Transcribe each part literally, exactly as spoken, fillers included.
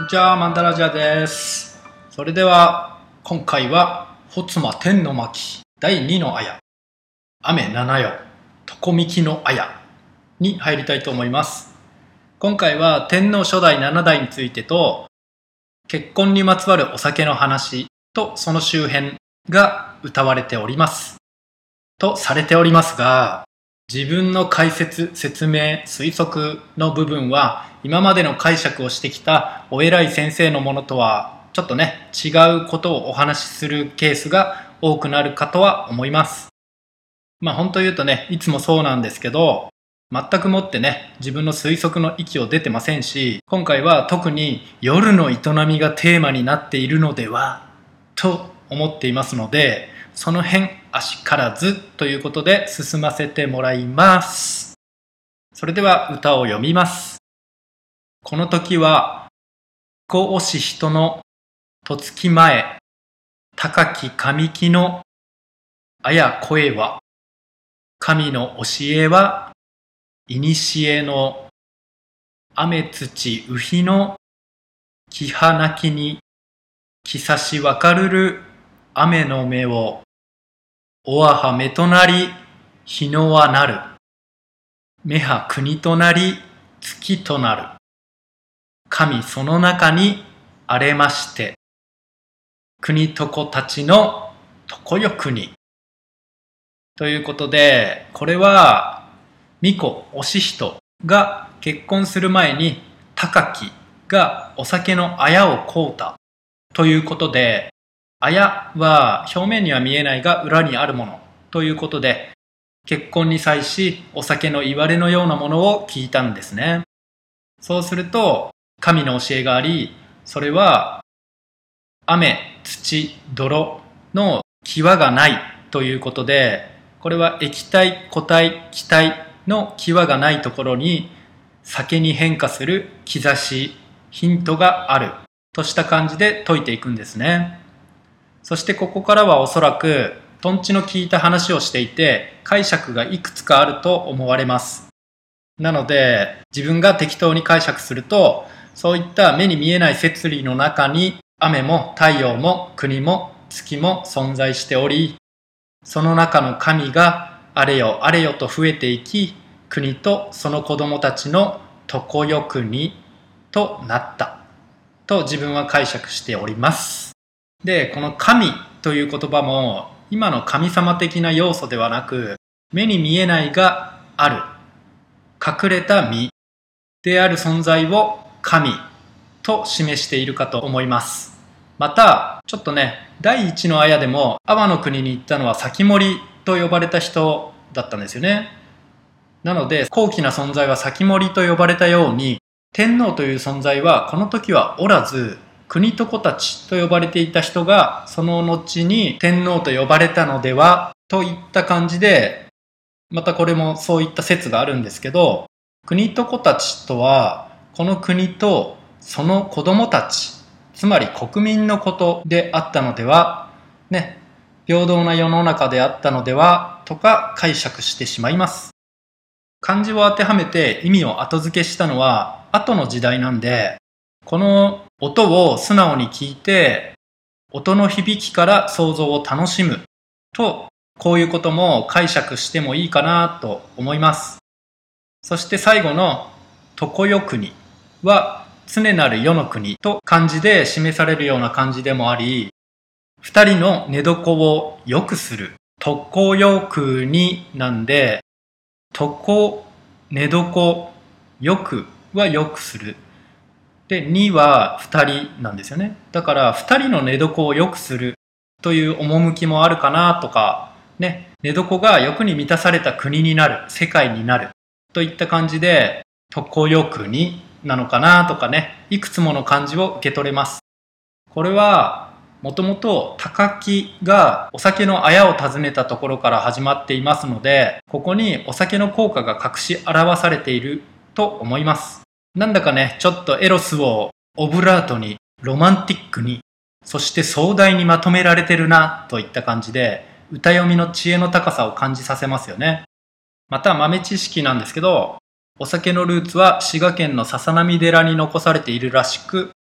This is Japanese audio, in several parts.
にちは、マンダラジャです。それでは今回は穂妻天の巻だいにのあや、雨七夜床みきのあやに入りたいと思います。今回は天皇初代七代についてと、結婚にまつわるお酒の話とその周辺が歌われておりますとされておりますが、自分の解説、説明、推測の部分は今までの解釈をしてきたお偉い先生のものとはちょっとね、違うことをお話しするケースが多くなるかとは思います。まあ本当言うとね、いつもそうなんですけど、全くもってね、自分の推測の域を出てませんし、今回は特に夜の営みがテーマになっているのではと思っていますので、その辺あしからずということで進ませてもらいます。それでは歌を読みます。この時はごおし人のとつき前、高き神木のあや声は、神の教えはいにしえの雨土うひの木花木にきさしわかるる雨の目をおわは目となり日のはなる、目は国となり月となる、神その中にあれまして、国とこたちのとこよ国ということで、これは巫女おしひとが結婚する前に高きがお酒のあやをこうたということで、あやは表面には見えないが裏にあるものということで、結婚に際しお酒のいわれのようなものを聞いたんですね。そうすると神の教えがあり、それは雨、土、泥の際がないということで、これは液体、固体、気体の際がないところに酒に変化する兆し、ヒントがあるとした感じで解いていくんですね。そしてここからはおそらくトンチの聞いた話をしていて、解釈がいくつかあると思われます。なので自分が適当に解釈すると、そういった目に見えない摂理の中に雨も太陽も国も月も存在しており、その中の神があれよあれよと増えていき、国とその子供たちの常世国となったと自分は解釈しております。で、この神という言葉も今の神様的な要素ではなく、目に見えないがある、隠れた身である存在を神と示しているかと思います。またちょっとね、第一のあやでも阿波の国に行ったのは先森と呼ばれた人だったんですよね。なので高貴な存在は先森と呼ばれたように、天皇という存在はこの時はおらず、国と子たちと呼ばれていた人がその後に天皇と呼ばれたのではといった感じで、またこれもそういった説があるんですけど、国と子たちとはこの国とその子供たち、つまり国民のことであったのではね、平等な世の中であったのではとか解釈してしまいます。漢字を当てはめて意味を後付けしたのは後の時代なんで、この音を素直に聞いて音の響きから想像を楽しむと、こういうことも解釈してもいいかなと思います。そして最後の常世国は常なる世の国と漢字で示されるような漢字でもあり、二人の寝床を良くする常世国なんで、床、寝床、よくは良くするで、には二人なんですよね。だから二人の寝床を良くするという趣もあるかなとかね、寝床が欲に満たされた国になる、世界になるといった感じで常世国なのかなとかね、いくつもの漢字を受け取れます。これはもともと高木がお酒のあやを訪ねたところから始まっていますので、ここにお酒の効果が隠し表されていると思います。なんだかね、ちょっとエロスをオブラートに、ロマンティックに、そして壮大にまとめられてるなといった感じで、歌読みの知恵の高さを感じさせますよね。また豆知識なんですけど、お酒のルーツは滋賀県の笹波寺に残されているらしく、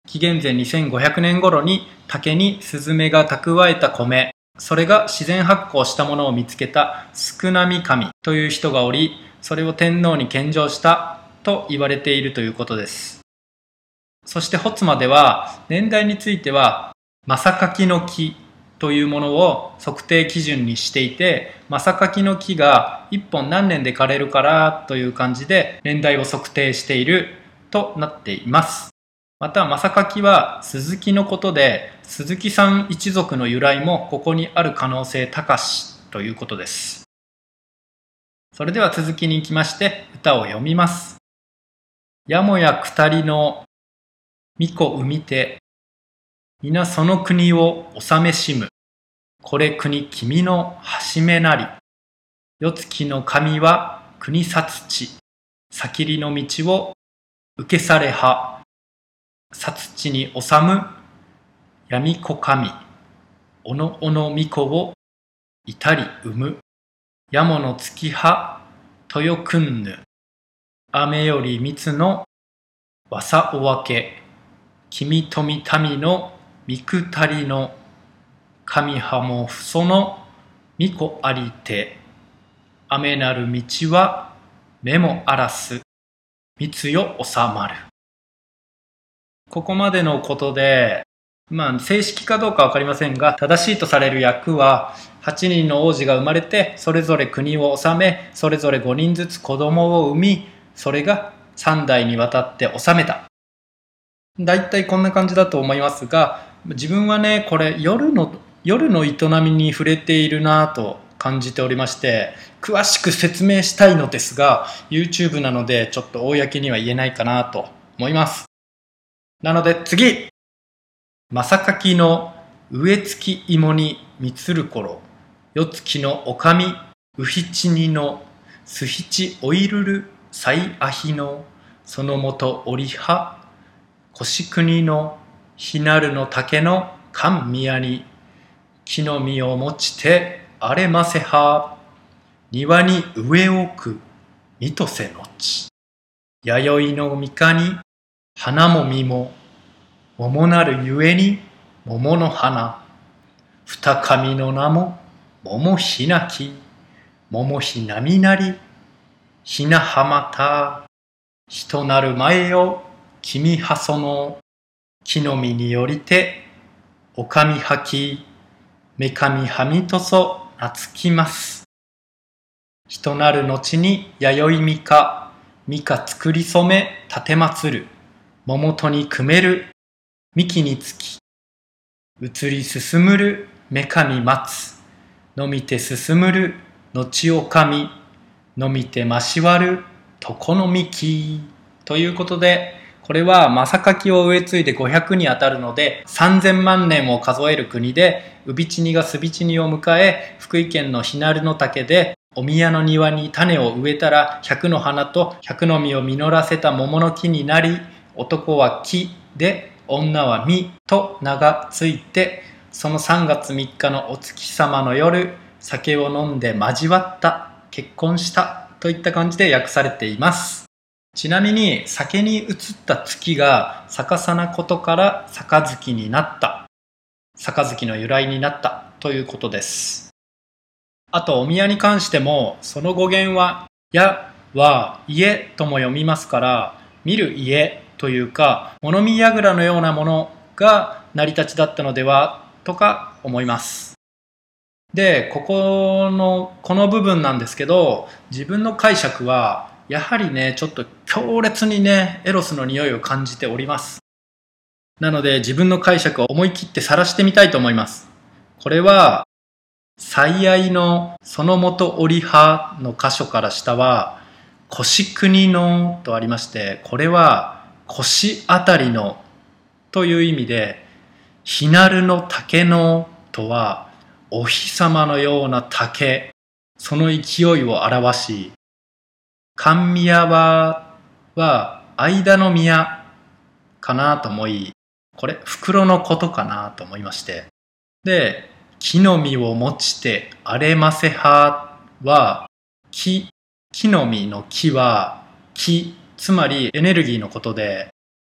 紀元前にせんごひゃくねん頃に竹にスズメが蓄えた米、それが自然発酵したものを見つけた宿波神という人がおり、それを天皇に献上したと言われているということです。そしてホツマでは年代についてはマサカキの木というものを測定基準にしていて、マサカキの木がいっぽん何年で枯れるからという感じで年代を測定しているとなっています。またマサカキは鈴木のことで、鈴木さん一族の由来もここにある可能性高しということです。それでは続きに行きまして歌を読みます。やもやくたりの巫女産みて、皆その国を治めしむ。これ国君の始めなり。よつきの神は国殺地。先りの道を受けされは。殺地に治む闇子神。おのおの巫女をいたり生む。やもの月葉豊くんぬ。雨より蜜のわさおわけ。君富民のみくたりの神派もふそのみこありて、雨なる道は目もあらす、密よ収まる。ここまでのことで、まあ正式かどうかわかりませんが、正しいとされる訳は、はちにんの王子が生まれて、それぞれ国を治め、それぞれごにんずつ子供を産み、それがさんだいにわたって治めた。だいたいこんな感じだと思いますが、自分はねこれ夜の夜の営みに触れているなと感じておりまして、詳しく説明したいのですが YouTube なのでちょっと公には言えないかなと思います。なので次、まさかきの植え付き芋にみつるころ、よつきのおかみうひちにのすひちおいるるさいあひのそのもとおりは腰国のひなるの竹のかんみやに木の実を持ちてあれませは。庭に植え置くみとせのち。弥生のみかに花も実も桃なるゆえに桃の花。二神の名も桃ひなき。桃ひなみなりひなはまた。人なる前よ君はその。木の実によりておかみはき。めかみはみとそなつきます。人なる後に弥生みか。みか作り染め立てまつる。桃とに組める幹につき。移り進むるめかみ待つ。のみて進むる後おかみ。のみてましわるとこのみき。ということで、これはマサカキを植え継いでごひゃくにあたるのでさんぜんまんねんを数える国で、ウビチニがスビチニを迎え、福井県のひなるの竹でお宮の庭に種を植えたらひゃくの花とひゃくの実を実らせた桃の木になり、男は木で女は実と名がついて、そのさんがつみっかのお月様の夜、酒を飲んで交わった、結婚したといった感じで訳されています。ちなみに酒に移った月が逆さなことから杯になった、杯の由来になったということです。あとお宮に関しても、その語源はやは家とも読みますから、見る家というか物見櫓のようなものが成り立ちだったのではとか思います。で、ここのこの部分なんですけど、自分の解釈はやはりねちょっと強烈にねエロスの匂いを感じております。なので自分の解釈を思い切って晒してみたいと思います。これは最愛のそのもとおりはの箇所から下は腰国のとありまして、これは腰あたりのという意味で、ひなるの竹のとはお日様のような竹、その勢いを表し、甘宮はは間の宮かなと思い、これ袋のことかなと思いまして、で木の実を持ちて荒れませはは木、木の実の木は木、つまりエネルギーのことで、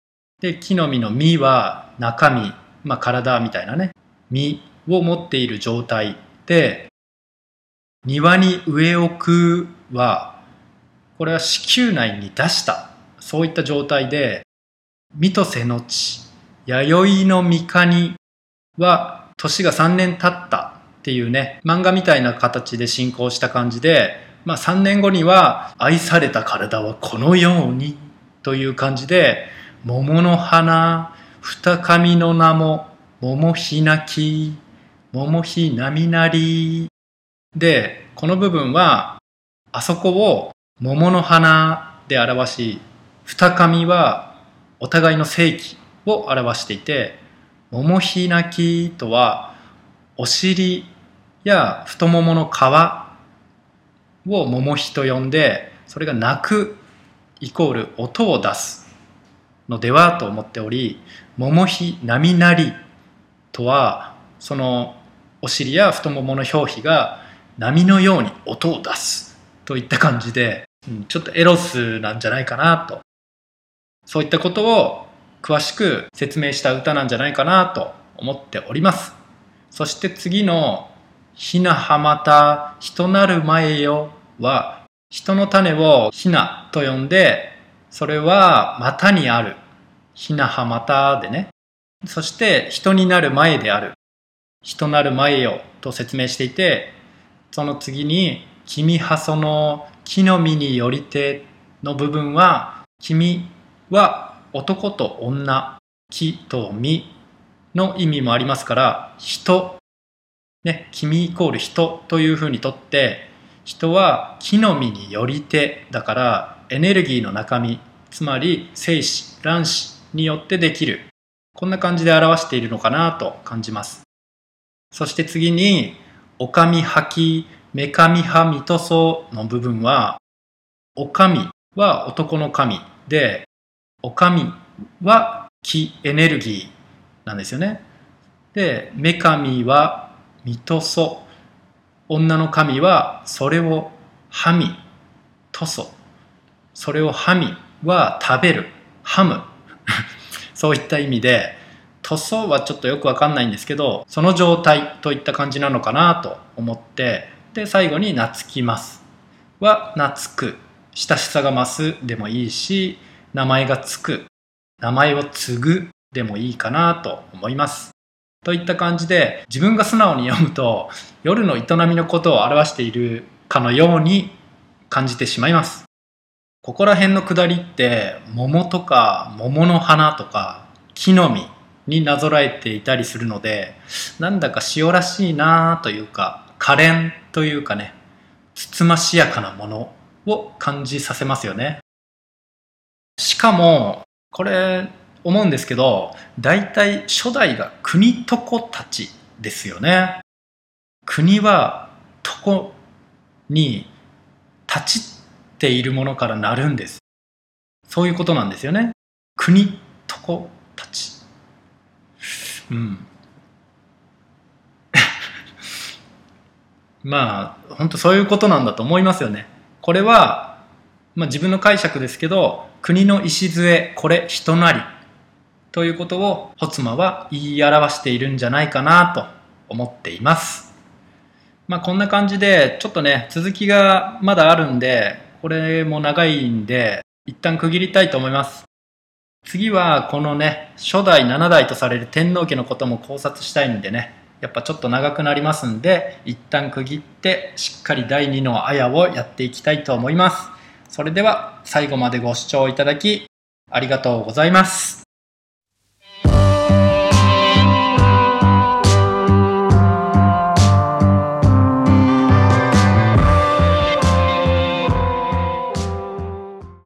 で、木の実の実は中身、まあ体みたいなね、実を持っている状態で、庭に植え置くは、これは子宮内に出した、そういった状態で、実とせのち、弥生の三日は年がさんねん経ったっていうね、漫画みたいな形で進行した感じで、まあさんねんごには愛された体はこのようにという感じで、桃の花、二上の名も桃ひなき、桃ひなみなりで、この部分はあそこを桃の花で表し、二上はお互いの性器を表していて、桃ひなきとはお尻や太ももの皮を桃ひと呼んで、それが鳴くイコール音を出すのではと思っており、桃ひなみなりとはそのお尻や太ももの表皮が波のように音を出すといった感じで、ちょっとエロスなんじゃないかなと、そういったことを詳しく説明した歌なんじゃないかなと思っております。そして次のひなはまた人なる前よは、人の種をひなと呼んで、それは股にあるひなはまたでね、そして人になる前である人なる前よと説明していて、その次に君はその木の実によりての部分は、君は男と女、木と実の意味もありますから、人、ね、君イコール人というふうにとって、人は木の実によりてだから、エネルギーの中身、つまり精子、卵子によってできる、こんな感じで表しているのかなと感じます。そして次に、おかみはき、めかみはみとその部分は、おかみは男の神で、おかみは気エネルギーなんですよね。で、めかみはみとそ、女の神はそれをはみとそ、それをはみは食べる、はむそういった意味で、とそはちょっとよくわかんないんですけど、その状態といった感じなのかなと思って、で最後に懐きますは懐く、親しさが増すでもいいし、名前がつく、名前を継ぐでもいいかなと思います。といった感じで、自分が素直に読むと夜の営みのことを表しているかのように感じてしまいます。ここら辺のくだりって桃とか桃の花とか木の実になぞらえていたりするので、なんだか塩らしいなというか、可憐というかね、つつましやかなものを感じさせますよね。しかもこれ思うんですけど、だいたい初代が国床たちですよね。国は床に立ちっているものからなるんです。そういうことなんですよね。国床たち。うんまあ本当そういうことなんだと思いますよね。これは、まあ、自分の解釈ですけど、国の礎これ人なりということをホツマは言い表しているんじゃないかなと思っています。まあこんな感じでちょっとね続きがまだあるんで、これも長いんで一旦区切りたいと思います。次はこのね初代なな代とされる天皇家のことも考察したいんでね、やっぱちょっと長くなりますんで、一旦区切ってしっかりだいにのあやをやっていきたいと思います。それでは最後までご視聴いただきありがとうございます。